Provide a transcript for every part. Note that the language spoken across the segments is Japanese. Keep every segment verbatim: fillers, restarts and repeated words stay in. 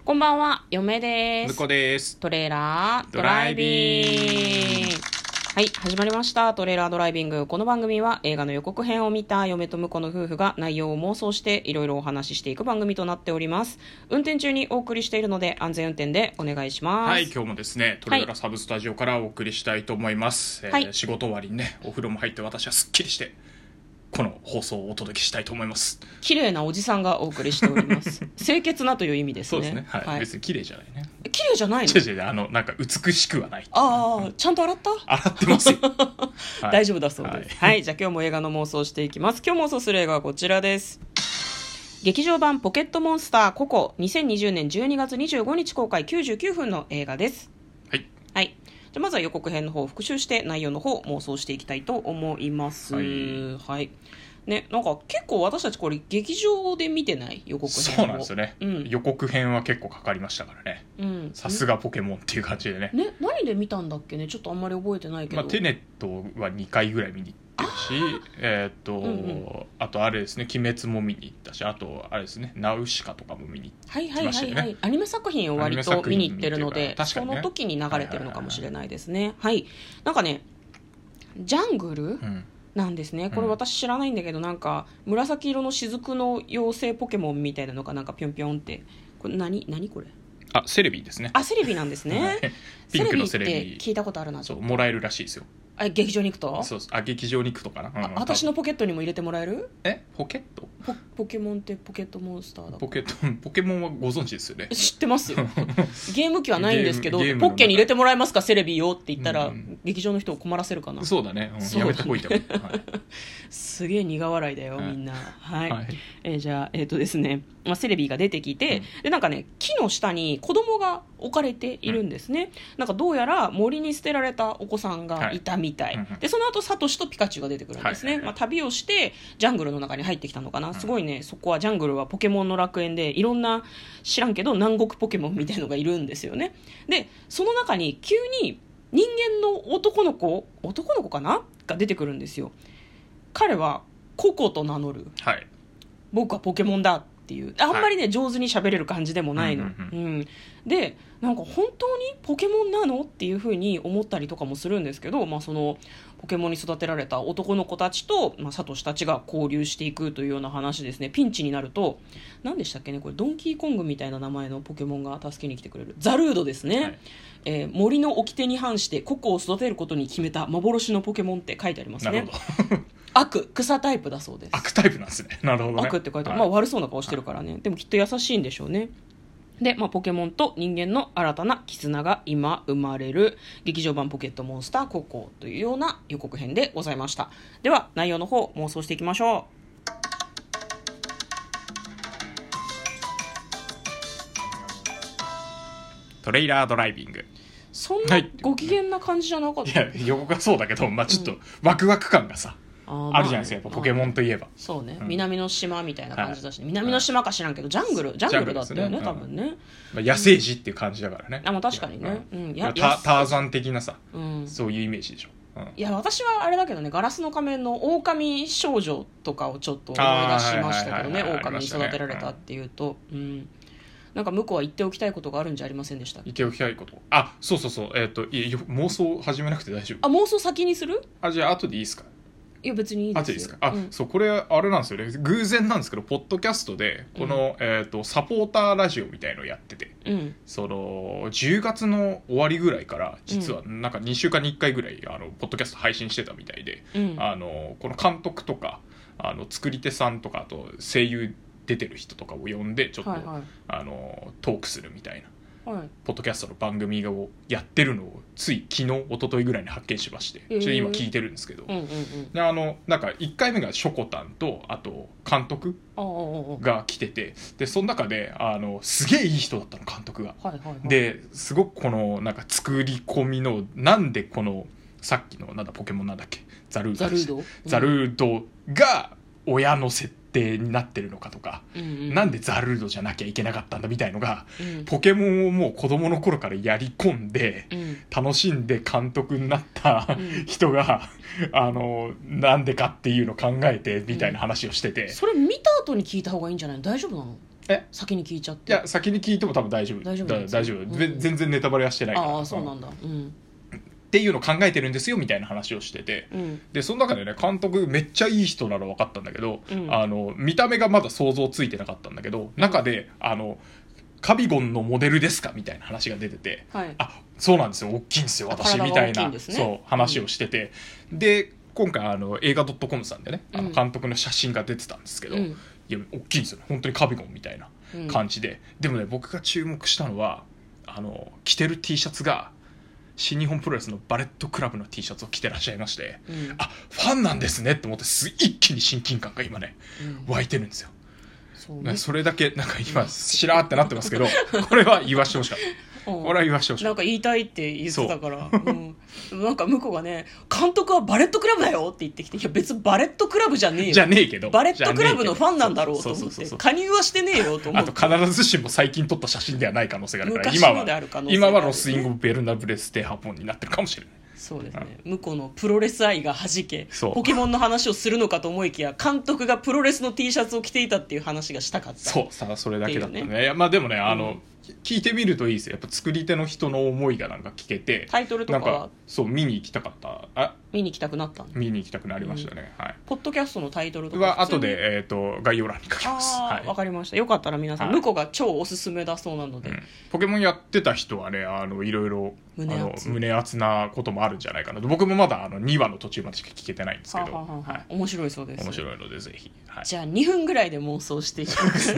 こんばんは、嫁です。 向こうです。 トレーラードライビング。はい、始まりました。トレーラードライビング。この番組は映画の予告編を見た嫁と婿の夫婦が内容を妄想していろいろお話ししていく番組となっております。運転中にお送りしているので安全運転でお願いします。 はい、今日もですね、トレーラーサブスタジオからお送りしたいと思います。はい、えー、仕事終わりにね、お風呂も入って私はすっきりしてこの放送をお届けしたいと思います。 綺麗なおじさんがお送りしております清潔なという意味ですね。 そうですね、はいはい、別に綺麗じゃないね。 綺麗じゃないの？ 違う違う、あのなんか美しくはない。 ああ、ちゃんと洗った？ 洗ってますよはい、大丈夫だそうです。はい、はい、じゃあ今日も映画の妄想していきます。今日妄想する映画はこちらです。劇場版ポケットモンスターココ、にせんにじゅうねんじゅうにがつにじゅうごにち公開、きゅうじゅうきゅうふんの映画です。 はい、 はい、じゃあまずは予告編の方を復習して内容の方を妄想していきたいと思います。はい、はいね、なんか結構私たちこれ劇場で見てない予告編を。 そうなんですよね、 うん、 予告編は結構かかりましたからね、うん、さすがポケモンっていう感じでね。 ね、何で見たんだっけね、ちょっとあんまり覚えてないけど、 まあ、テネットはにかいぐらい見に行ってるし、えー、っと、うんうん、あとあれですね、鬼滅も見に行ったし、あとあれですね、ナウシカとかも見に行ってましたよね。はいはいはいはい、アニメ作品を割と見に行ってるので、ね、その時に流れてるのかもしれないですね。はい、なんかね、ジャングル、うんなんですね。これ私知らないんだけど、なんか紫色の雫の妖精ポケモンみたいなのがなんかピョンピョンって、これ何何これ？ あ、セレビですね。 あ、セレビなんですねピンクのセレビって聞いたことあるな。 そうもらえるらしいですよ。 あ、劇場に行くと？ そうあ、劇場に行くとかな、うん、 あ、私のポケットにも入れてもらえる？ え、ポケット？ ポ, ポケモンってポケットモンスターだ。 ポケットポケモンはご存知ですよね。 知ってますよゲーム機はないんですけど、ポッケに入れてもらえますかセレビよって言ったら、うん、劇場の人を困らせるかな。 そうだね、うん、そうだね、やめてこいって、はい、 すげえ苦笑いだよ、はい、みんな。はい、はい、えー、じゃあえっ、ー、とですね、まあ、セレビが出てきて、うん、でなんかね、木の下に子供が置かれているんですね、うん、なんかどうやら森に捨てられたお子さんがいたみたい、はい、でその後サトシとピカチュウが出てくるんですね、はいはいはい、まあ、旅をしてジャングルの中に入ってきたのかな、うん、すごいね、そこはジャングルはポケモンの楽園でいろんな知らんけど南国ポケモンみたいのがいるんですよね。でその中に急に人間の男の子男の子かなが出てくるんですよ。彼はココと名乗る、はい、僕はポケモンだっていう、あんまりね、はい、上手に喋れる感じでもないの、うんうんうんうん、でなんか本当にポケモンなのっていう風に思ったりとかもするんですけど、まあ、そのポケモンに育てられた男の子たちと、まあ、サトシたちが交流していくというような話ですね。ピンチになると何でしたっけね、これドンキーコングみたいな名前のポケモンが助けに来てくれるザルードですね、はい、えー、森の掟に反してココを育てることに決めた幻のポケモンって書いてありますね。 なるほど悪、草タイプだそうです。 悪タイプなんですね。なるほどね。 悪って書いてある、はい、まあ、悪そうな顔してるからね、はい、でもきっと優しいんでしょうね。で、まあ、ポケモンと人間の新たな絆が今生まれる劇場版ポケットモンスターココというような予告編でございました。では内容の方妄想していきましょう。 トレイラードライビング。 そんなご機嫌な感じじゃなかった、 はい、いや予告はそうだけど、まあ、ちょっとワクワク感がさ、うん、あるじゃないですか、やっぱポケモンといえば。 そうね、うん、南の島みたいな感じだし、ね、はい、南の島か知らんけどジャングルジャングルだったよね、多分ね、 まあ、野生児っていう感じだからね、 うん、あ、もう確かにね、うん、 やタ, ターザン的なさ、うん、そういうイメージでしょ。うん、いや私はあれだけどね、ガラスの仮面の狼少女とかをちょっと思い出しましたけどね、狼に育てられたっていうと、うん、なんか向こうは言っておきたいことがあるんじゃありませんでした？ 言っておきたいこと、あ、そうそうそう、えっ、ー、とい妄想始めなくて大丈夫？ あ、妄想先にする？ あ、じゃあ後でいいですか？ いや別にいいですよ。 後でいいですか？あ、うん、そう、これあれなんですよね、偶然なんですけどポッドキャストでこの、うん、えー、とサポーターラジオみたいのをやってて、うん、そのじゅうがつの終わりぐらいから実はなんかにしゅうかんにいっかいぐらいあのポッドキャスト配信してたみたいで、うん、あのこの監督とかあの作り手さんとかあと声優出てる人とかを呼んでちょっと、はいはい、あのトークするみたいな、はい、ポッドキャストの番組をやってるのをつい昨日一昨日ぐらいに発見しまして、えー、ちょっと今聞いてるんですけど、うんうんうん、であのなんかいっかいめがショコタンとあと監督が来てて、でその中であのすげえいい人だったの監督が、はいはいはい、ですごくこのなんか作り込みのなんでこのさっきのなんだポケモンなんだっけザルードザルード、うん、 ザルードが親の設定になってるのかとか、うんうん、なんでザルードじゃなきゃいけなかったんだみたいのが、うん、ポケモンをもう子供の頃からやり込んで、うん、楽しんで監督になった、うん、人があのなんでかっていうのを考えてみたいな話をしてて、 うん、それ見た後に聞いた方がいいんじゃないの？大丈夫なの？ え先に聞いちゃって。 いや先に聞いても多分大丈夫大丈夫だ大丈夫、うん、全然ネタバレはしてないから。 ああそうなんだ、うん、 っていうのを考えてるんですよみたいな話をしてて、うん、でその中でね監督めっちゃいい人なの分かったんだけど、うん、あの見た目がまだ想像ついてなかったんだけど、中であのカビゴンのモデルですかみたいな話が出てて、はい、あそうなんですよ大きいんですよ私みたいな、ね、そう話をしてて、うん、で今回あの映画 .com さんでね、あの監督の写真が出てたんですけど、うん、いや大きいんですよ本当にカビゴンみたいな感じで、うん、でもね僕が注目したのはあの着てる T シャツが新日本プロレスのバレットクラブの T シャツを着てらっしゃいまして、うん、あファンなんですねって思ってす一気に親近感が今ね、うん、湧いてるんですよ。そうね、それだけなんか今しらーってなってますけどこれは言わしてほしかった、うん、これは言わしてほしかった。 なんか言いたいって言ってたから、うん、なんか向こうがね監督はバレットクラブだよって言ってきて、いや別にバレットクラブじゃねえよじゃねえけどバレットクラブのファンなんだろうと思って加入はしてねえよと思って。 あと必ずしも最近撮った写真ではない可能性があるから今は今はロスインゴ・ベルナブレス・テハポンになってるかもしれない。 そうですね、うん、向こうのプロレス愛がはじけポケモンの話をするのかと思いきや監督がプロレスの T シャツを着ていたっていう話がしたかった。 そうさそれだけだったね。ねいやまあでもねあの、うん聞いてみるといいですよ。やっぱ作り手の人の思いがなんか聞けて、 タイトルとかはなんかそう見に行きたかった。あ見に行きたくなったの。 見に行きたくなりましたね、 うん、 はい。 ポッドキャストのタイトルとかは後で、えー、と概要欄に書きます。 あ、はい、わかりました。よかったら皆さん、はい、向こうが超おすすめだそうなので、うん、 ポケモンやってた人はねあのいろいろ胸熱胸熱なこともあるんじゃないかなと。僕もまだあのにわの途中までしか聞けてないんですけど、はあはあはい、 面白いそうです。 面白いのでぜひ、はい、 じゃあにふんぐらいで妄想していきます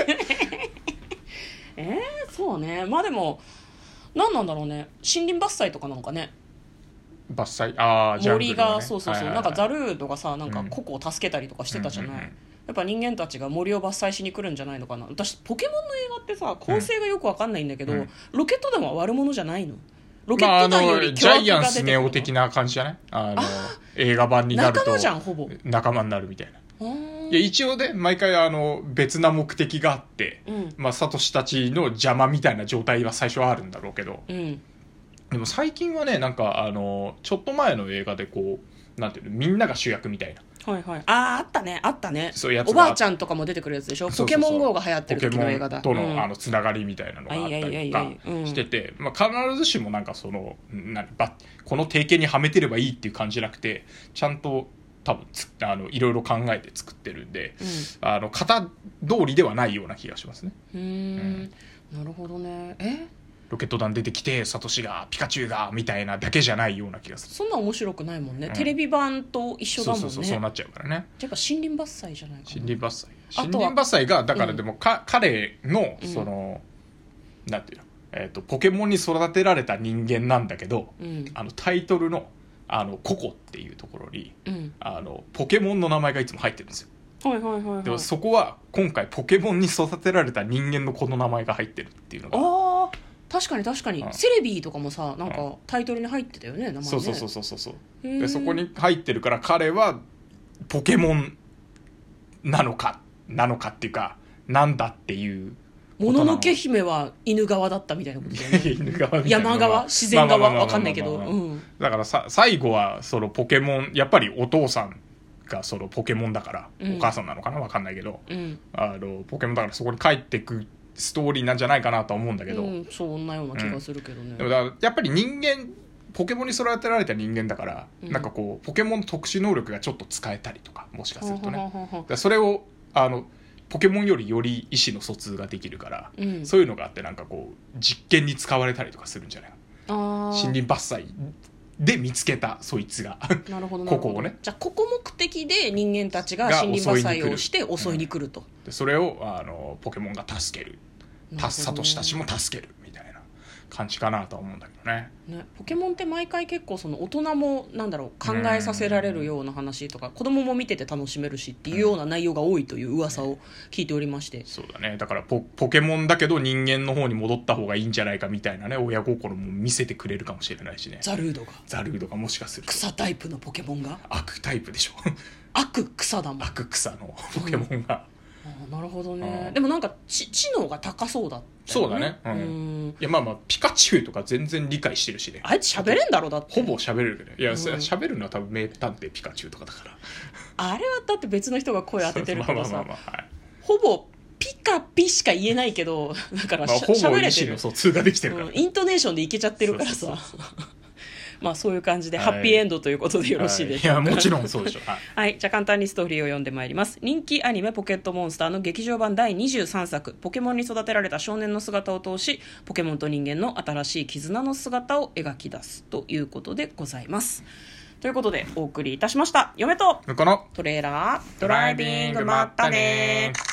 えー、そうね。まあでも何なんだろうね、森林伐採とかなんかね、 伐採あー森が、ね、そうそうそう、はいはいはい、なんかザルードがさなんかココを助けたりとかしてたじゃない、うんうんうん、やっぱ人間たちが森を伐採しに来るんじゃないのかな。私ポケモンの映画ってさ構成がよく分かんないんだけど、うん、ロケット弾は悪者じゃないの。ロケット弾より巨悪が出てくるの、まあ、ジャイアンスネオ的な感じじゃない。あの映画版になると仲間じゃんほぼ仲間になるみたいな。いや一応ね毎回あの別な目的があって、うん、まあサトシたちの邪魔みたいな状態は最初はあるんだろうけど、うん、でも最近はねなんかあのちょっと前の映画でこうなんていうのみんなが主役みたいな、 はいはい、あああったねあったね。そういうやつおばあちゃんとかも出てくるやつでしょ。ポケモン ゴー が流行ってる時の映画だ。 ポケモンとの、うん、あのつながりみたいなのがあったりとかしてて、まあ、必ずしもなんかその何ばこの定型にはめてればいいっていう感じじゃなくてちゃんと多分あのいろいろ考えて作ってるんで、うん、あの型通りではないような気がしますね。 うーん、うん、なるほどね。えロケット弾出てきてサトシがピカチュウがみたいなだけじゃないような気がする。 そんな面白くないもんね、うん、テレビ版と一緒だもんね。 そうそうそうそうなっちゃうからね。 じゃあ森林伐採じゃないかな。 森林伐採森林伐採がだからでもか、うん、彼のその、うん、なんていうの、えーと、ポケモンに育てられた人間なんだけど、うん、あのタイトルのあのココっていうところに、うん、あのポケモンの名前がいつも入ってるんですよ。 はいはいはいはい、 でもそこは今回ポケモンに育てられた人間の子の名前が入ってるっていうのが。 ああ確かに確かに、うん、セレビーとかもさなんかタイトルに入ってたよね、名前ね。 そうそうそうそうそうでそこに入ってるから彼はポケモンなのかなのかっていうかなんだっていうもののけ姫は犬側だったみたいなことだよね犬側山側自然側わかんないけどだからさ最後はそのポケモンやっぱりお父さんがそのポケモンだから、うん、お母さんなのかなわかんないけど、うん、あのポケモンだからそこに帰ってくストーリーなんじゃないかなと思うんだけど、うん、 そんなような気がするけどね、うん、 でもだからやっぱり人間ポケモンに育てられた人間だから、うん、なんかこうポケモンの特殊能力がちょっと使えたりとかもしかするとねそれをあのポケモンよりより意思の疎通ができるから、うん、そういうのがあってなんかこう実験に使われたりとかするんじゃないかな。森林伐採で見つけたそいつがなるほどここをね。 じゃあここ目的で人間たちが森林伐採をして襲いに来ると、 うん、でそれをあのポケモンが助けるサトシたちも助けるみたいな感じかなとは思うんだけど ね, ねポケモンって毎回結構その大人もなんだろう考えさせられるような話とか子供も見てて楽しめるしっていうような内容が多いという噂を聞いておりまして、うん、 そうだね。だから ポ, ポケモンだけど人間の方に戻った方がいいんじゃないかみたいなね親心も見せてくれるかもしれないしね。 ザルードがザルードがもしかすると草タイプのポケモンが悪タイプでしょ悪草だもん。 悪草のポケモンが、 うん、あなるほどね。でもなんか知能が高そうだったよね。そうだね、うん、うんいやまあまあピカチュウとか全然理解してるしね。 あいつ喋れんだろだって。 ほぼ喋れるけどいや喋、うん、るのは多分名探偵ピカチュウとかだからあれはだって別の人が声当ててるけどさ、 まあまあまあまあ、はい、 ほぼピカピしか言えないけどだからしゃ、 まあ、ほぼ喋れてる意思の疎通ができてるから、 うん、イントネーションでいけちゃってるからさそうそうそうまあそういう感じでハッピーエンドということでよろしいでしょうか、 はい、いやもちろんそうでしょう、はいはい、じゃあ簡単にストーリーを読んでまいります。人気アニメポケットモンスターの劇場版だいにじゅうさんさく、ポケモンに育てられた少年の姿を通し、ポケモンと人間の新しい絆の姿を描き出すということでございます。ということでお送りいたしました嫁とこのトレーラードライビング、まったね。